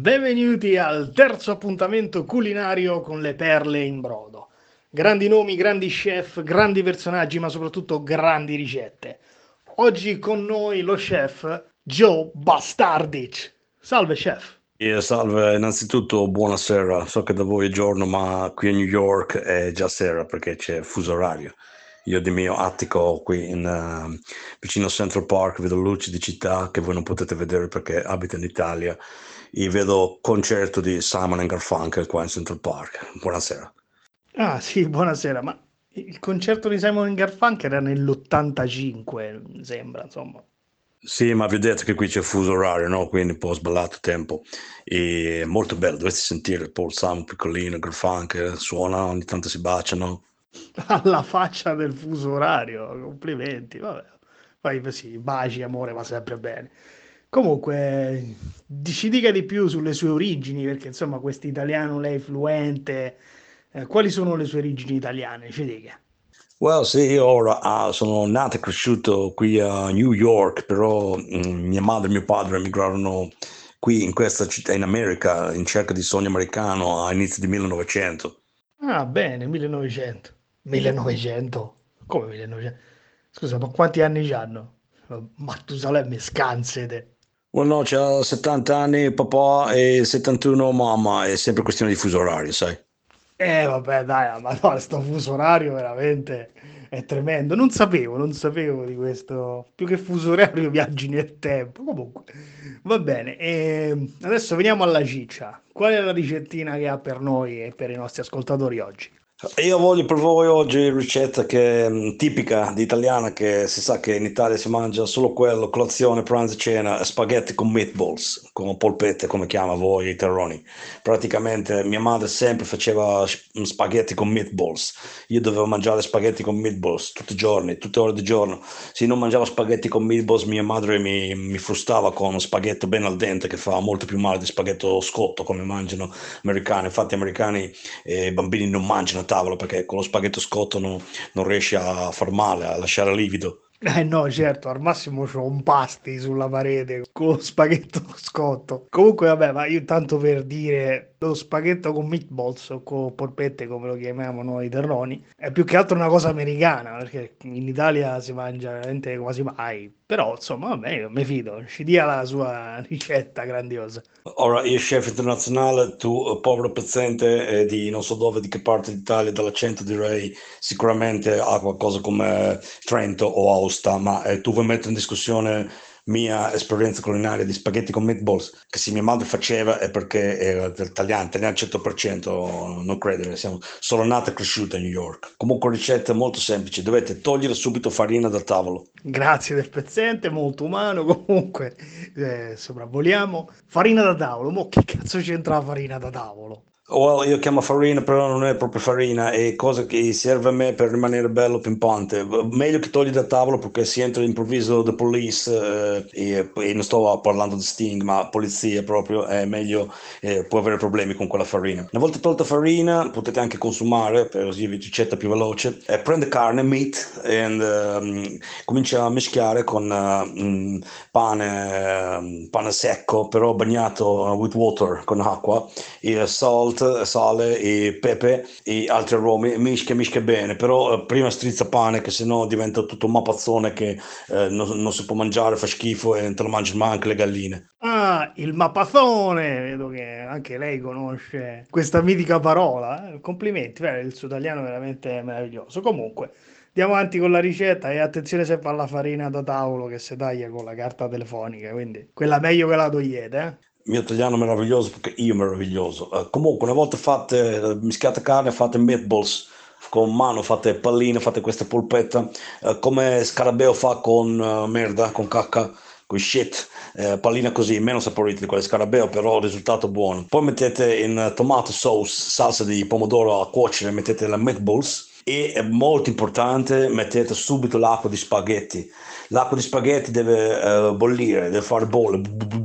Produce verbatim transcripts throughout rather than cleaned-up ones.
Benvenuti al terzo appuntamento culinario con le perle in brodo. Grandi nomi, grandi chef, grandi personaggi, ma soprattutto grandi ricette. Oggi con noi lo chef Joe Bastardic. Salve chef. Eh, salve, innanzitutto buonasera. So che da voi è giorno, ma qui a New York è già sera perché c'è fuso orario. Io di mio attico qui in, eh, vicino a Central Park vedo luci di città che voi non potete vedere perché abito in Italia e vedo concerto di Simon and Garfunkel qua in Central Park. Buonasera. Ah sì, buonasera, ma il concerto di Simon Garfunkel era nell'ottantacinque, mi sembra, insomma. Sì, ma vi ho detto che qui c'è fuso orario, no? Quindi un po' sballato tempo. E molto bello, dovresti sentire Paul Simon piccolino, Garfunkel, suona, ogni tanto si baciano. Alla faccia del fuso orario, complimenti, vabbè. Poi sì, baci, amore, va sempre bene. Comunque, di- ci dica di più sulle sue origini, perché insomma, questo italiano, lei è fluente. Eh, quali sono le sue origini italiane? Ci dica. Well, sì, io ora ah, sono nato e cresciuto qui a New York, però mm, mia madre e mio padre emigrarono qui in questa città in America in cerca di sogno americano a inizio di millenovecento. Ah, bene, millenovecento. millenovecento? Come millenovecento? Scusa, ma quanti anni hanno? Mattusalemme scansete. Well, no, c'ha settanta anni papà e settantuno mamma, è sempre questione di fuso orario, sai? Eh vabbè dai, ma no, sto fuso orario veramente è tremendo. Non sapevo, non sapevo di questo. Più che fuso orario, viaggi nel tempo. Comunque, va bene. E adesso veniamo alla ciccia. Qual è la ricettina che ha per noi e per i nostri ascoltatori oggi? Io voglio per voi oggi ricetta che è tipica di italiana, che si sa che in Italia si mangia solo quello, colazione, pranzo e cena, spaghetti con meatballs, con polpette come chiama voi i terroni. Praticamente mia madre sempre faceva sp- spaghetti con meatballs. Io dovevo mangiare spaghetti con meatballs tutti i giorni, tutte ore di giorno. Se non mangiavo spaghetti con meatballs, mia madre mi, mi frustava con spaghetto ben al dente, che fa molto più male di spaghetto scotto come mangiano americani. Infatti, gli americani e i bambini non mangiano a tavola perché con lo spaghetto scotto non, non riesci a far male, a lasciare livido. Eh no, certo, al massimo c'ho un pasty sulla parete con lo spaghetto scotto. Comunque, vabbè, ma io tanto per dire lo spaghetto con meatballs o con polpette, come lo chiamiamo noi terroni, è più che altro una cosa americana, perché in Italia si mangia veramente quasi mai. Però, insomma, vabbè, io mi fido, ci dia la sua ricetta grandiosa. Ora, io chef internazionale, tu eh, povero pezzente eh, di non so dove, di che parte d'Italia, dall'accento direi sicuramente ha qualcosa come Trento o Aosta, ma eh, tu vuoi mettere in discussione mia esperienza culinaria di spaghetti con meatballs, che se mia madre faceva è perché era del italiano, italiano al cento per cento, non credere, siamo solo nata e cresciuta a New York. Comunque ricetta molto semplice, dovete togliere subito farina dal tavolo. Grazie del pezzente, molto umano. Comunque, eh, sopravvoliamo. Farina da tavolo. Mo' che cazzo c'entra la farina da tavolo? Well, io chiamo farina, però non è proprio farina, è cosa che serve a me per rimanere bello pimpante. Meglio che togli da tavolo perché si entra all'improvviso the police, eh, e, e non sto parlando di Sting, ma polizia proprio, è meglio, eh, può avere problemi con quella farina. Una volta tolta farina, potete anche consumare, per così ricetta più veloce. Eh, prende carne, meat, e ehm, comincia a mischiare con eh, mm, pane, ehm, pane secco, però bagnato with water, con acqua e salt, sale e pepe e altri aromi, mischia, mischia bene, però eh, prima strizza pane che sennò diventa tutto un mappazzone che eh, non, non si può mangiare, fa schifo e non te lo mangiano manco le galline. Ah, il mappazzone. Vedo che anche lei conosce questa mitica parola. eh. Complimenti, beh, il suo italiano è veramente meraviglioso. Comunque, andiamo avanti con la ricetta e attenzione sempre alla farina da tavolo che si taglia con la carta telefonica, quindi quella meglio che la togliete, eh. Mio italiano meraviglioso perché io meraviglioso. Eh, comunque, una volta fatte, eh, mischiate carne, fate meatballs con mano, fate palline, fate questa polpetta, eh, come Scarabeo fa con eh, merda, con cacca, con shit, eh, palline così, meno saporite di quelle Scarabeo, però il risultato buono. Poi mettete in eh, tomato sauce, salsa di pomodoro a cuocere, mettete la meatballs. E è molto importante, mettete subito l'acqua di spaghetti. L'acqua di spaghetti deve eh, bollire, deve fare bolle,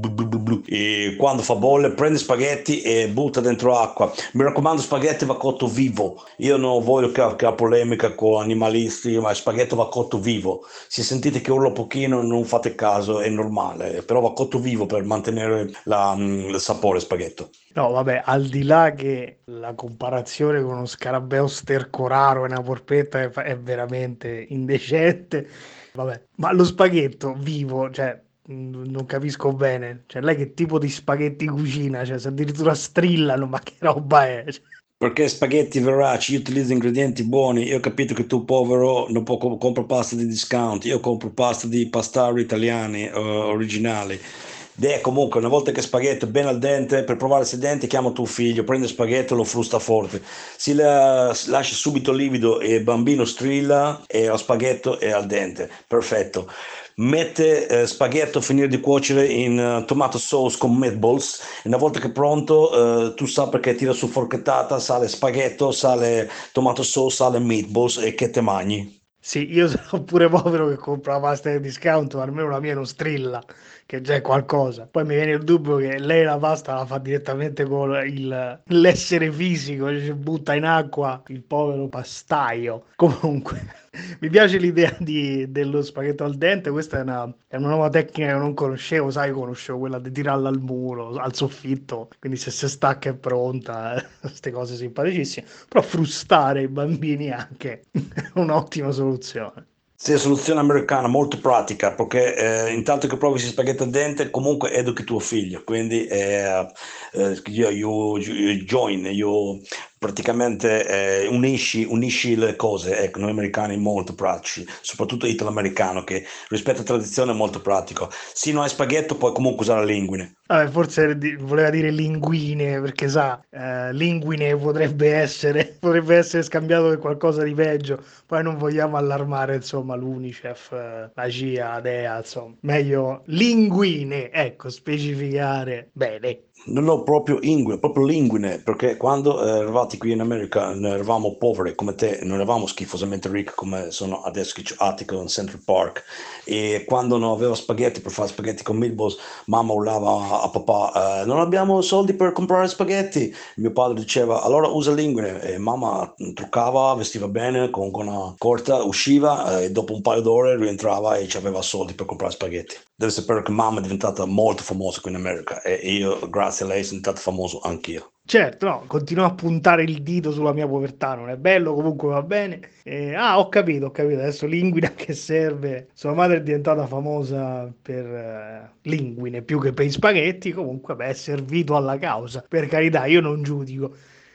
blu. E quando fa bolle prendi spaghetti e butta dentro acqua. Mi raccomando, spaghetti va cotto vivo. Io non voglio che, che ha polemica con animalisti, ma il spaghetto va cotto vivo. Se sentite che urlo pochino non fate caso, è normale, però va cotto vivo per mantenere la, mm, il sapore spaghetto. No, vabbè, al di là che la comparazione con uno scarabeo sterco e una porpetta è, fa- è veramente indecente, vabbè, ma lo spaghetto vivo, cioè, mh, non capisco bene, cioè, lei che tipo di spaghetti cucina, cioè, se addirittura strillano, ma che roba è? Cioè, Perché spaghetti veraci, io utilizzo ingredienti buoni. Io ho capito che tu, povero, non può co- compro pasta di discount. Io compro pasta di pastari italiani, eh, originali. Beh, comunque, una volta che spaghetto è ben al dente, per provare se è dente, chiamo tuo figlio, prende spaghetto e lo frusta forte. Si la- si lascia subito livido e il bambino strilla e lo spaghetto è al dente. Perfetto. Mette eh, spaghetto a finire di cuocere in eh, tomato sauce con meatballs. E una volta che è pronto, eh, tu sai perché tira su forchettata, sale spaghetto, sale tomato sauce, sale meatballs e che te mangi. sì, io sono pure povero che compro la pasta di discount, ma almeno la mia non strilla, che già è qualcosa. Poi mi viene il dubbio che lei la pasta la fa direttamente con il- l'essere fisico, cioè butta in acqua il povero pastaio. Comunque, mi piace l'idea di- dello spaghetto al dente, questa è una, è una nuova tecnica che non conoscevo, sai, conoscevo quella di tirarla al muro, al soffitto, quindi se si stacca è pronta, queste cose simpaticissime. Però frustare i bambini è anche un'ottima soluzione. Sì, soluzione americana molto pratica perché eh, intanto che provi questi spaghetti al dente comunque educhi tuo figlio, quindi eh, eh, you, you- you join, you praticamente eh, unisci, unisci le cose. Ecco, noi americani molto pratici, soprattutto italo-americano che rispetto alla tradizione è molto pratico. Se non hai spaghetto puoi comunque usare la linguine. Vabbè, forse di- voleva dire linguine, perché sa, eh, linguine potrebbe essere, potrebbe essere scambiato per qualcosa di peggio. Poi non vogliamo allarmare, insomma, l'UNICEF, eh, la C I A, DEA, insomma. Meglio linguine, ecco, specificare bene. Non ho proprio ingue, proprio linguine, perché quando eh, eravate qui in America non eravamo poveri come te, non eravamo schifosamente ricchi come sono adesso che c'è Attico in Central Park. E quando non aveva spaghetti per fare spaghetti con meatballs, mamma urlava a, a papà, eh, non abbiamo soldi per comprare spaghetti. Mio padre diceva, allora usa linguine. E mamma truccava, vestiva bene, con, con una corta, usciva eh, e dopo un paio d'ore rientrava e ci aveva soldi per comprare spaghetti. Deve sapere che mamma è diventata molto famosa qui in America e io, grazie a lei, sono diventato famoso anch'io. Certo, no, continuo a puntare il dito sulla mia povertà, non è bello, comunque va bene. Eh, ah, ho capito, ho capito, adesso linguine a che serve? Sua madre è diventata famosa per eh, linguine più che per i spaghetti, comunque beh, è servito alla causa, per carità, io non giudico.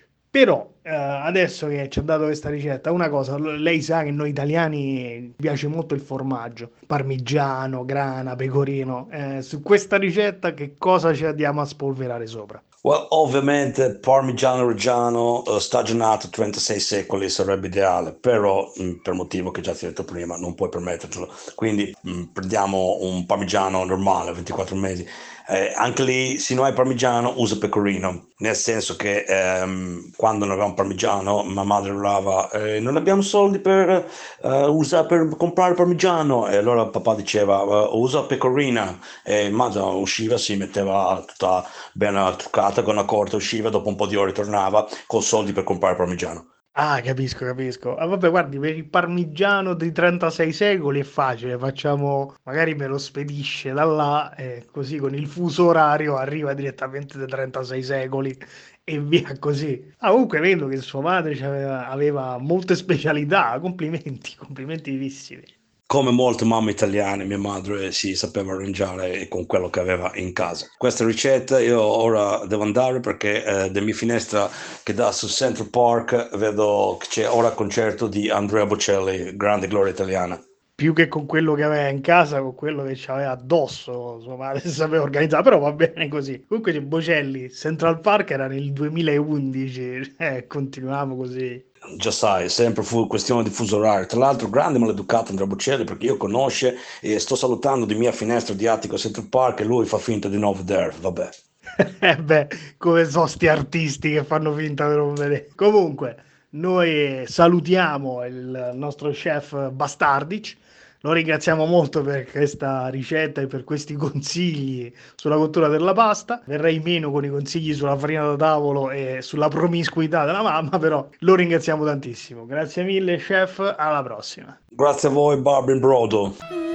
Però eh, adesso che ci ha dato questa ricetta, una cosa, l- lei sa che noi italiani piace molto il formaggio, parmigiano, grana, pecorino. Eh, su questa ricetta che cosa ci andiamo a spolverare sopra? Well, ovviamente Parmigiano Reggiano eh, stagionato trentasei secoli sarebbe ideale, però mh, per motivo che già ti ho detto prima non puoi permettercelo. Quindi mh, prendiamo un Parmigiano normale, ventiquattro mesi. Eh, anche lì, se non hai Parmigiano, usa pecorino, nel senso che ehm, quando non avevamo Parmigiano, mia madre urlava, eh, non abbiamo soldi per, eh, usa- per comprare Parmigiano, e allora papà diceva, "Eh, usa pecorina", e mamma usciva, si metteva tutta ben truccata con una corta, usciva, dopo un po' di ore tornava con soldi per comprare parmigiano. Ah, capisco, capisco. Ah, vabbè, guardi, per il parmigiano di trentasei secoli è facile, facciamo, magari me lo spedisce da là, e così con il fuso orario arriva direttamente dai trentasei secoli e via così. Ah, comunque vedo che sua madre c'aveva- aveva molte specialità, complimenti, complimenti vissimi. Come molte mamme italiane, mia madre si sapeva arrangiare con quello che aveva in casa. Questa ricetta io ora devo andare perché eh, da mia finestra che dà su Central Park vedo che c'è ora concerto di Andrea Bocelli, grande gloria italiana. Più che con quello che aveva in casa, con quello che c'aveva addosso, sua madre si sapeva organizzare, però va bene così. Comunque c'è Bocelli, Central Park era nel duemilaundici, eh, continuiamo così. Già sai, sempre fu questione di fuso orario. Tra l'altro, grande maleducato Andrea Bocelli perché io conosce e sto salutando di mia finestra di attico a Central Park e lui fa finta di non vedere. Vabbè. Eh beh, come so sti artisti che fanno finta di non vedere. Comunque, noi salutiamo il nostro chef Bastardic, Lo ringraziamo molto per questa ricetta e per questi consigli sulla cottura della pasta. Verrei meno con i consigli sulla farina da tavolo e sulla promiscuità della mamma, però lo ringraziamo tantissimo. Grazie mille, chef, alla prossima. Grazie a voi, Barbara in brodo.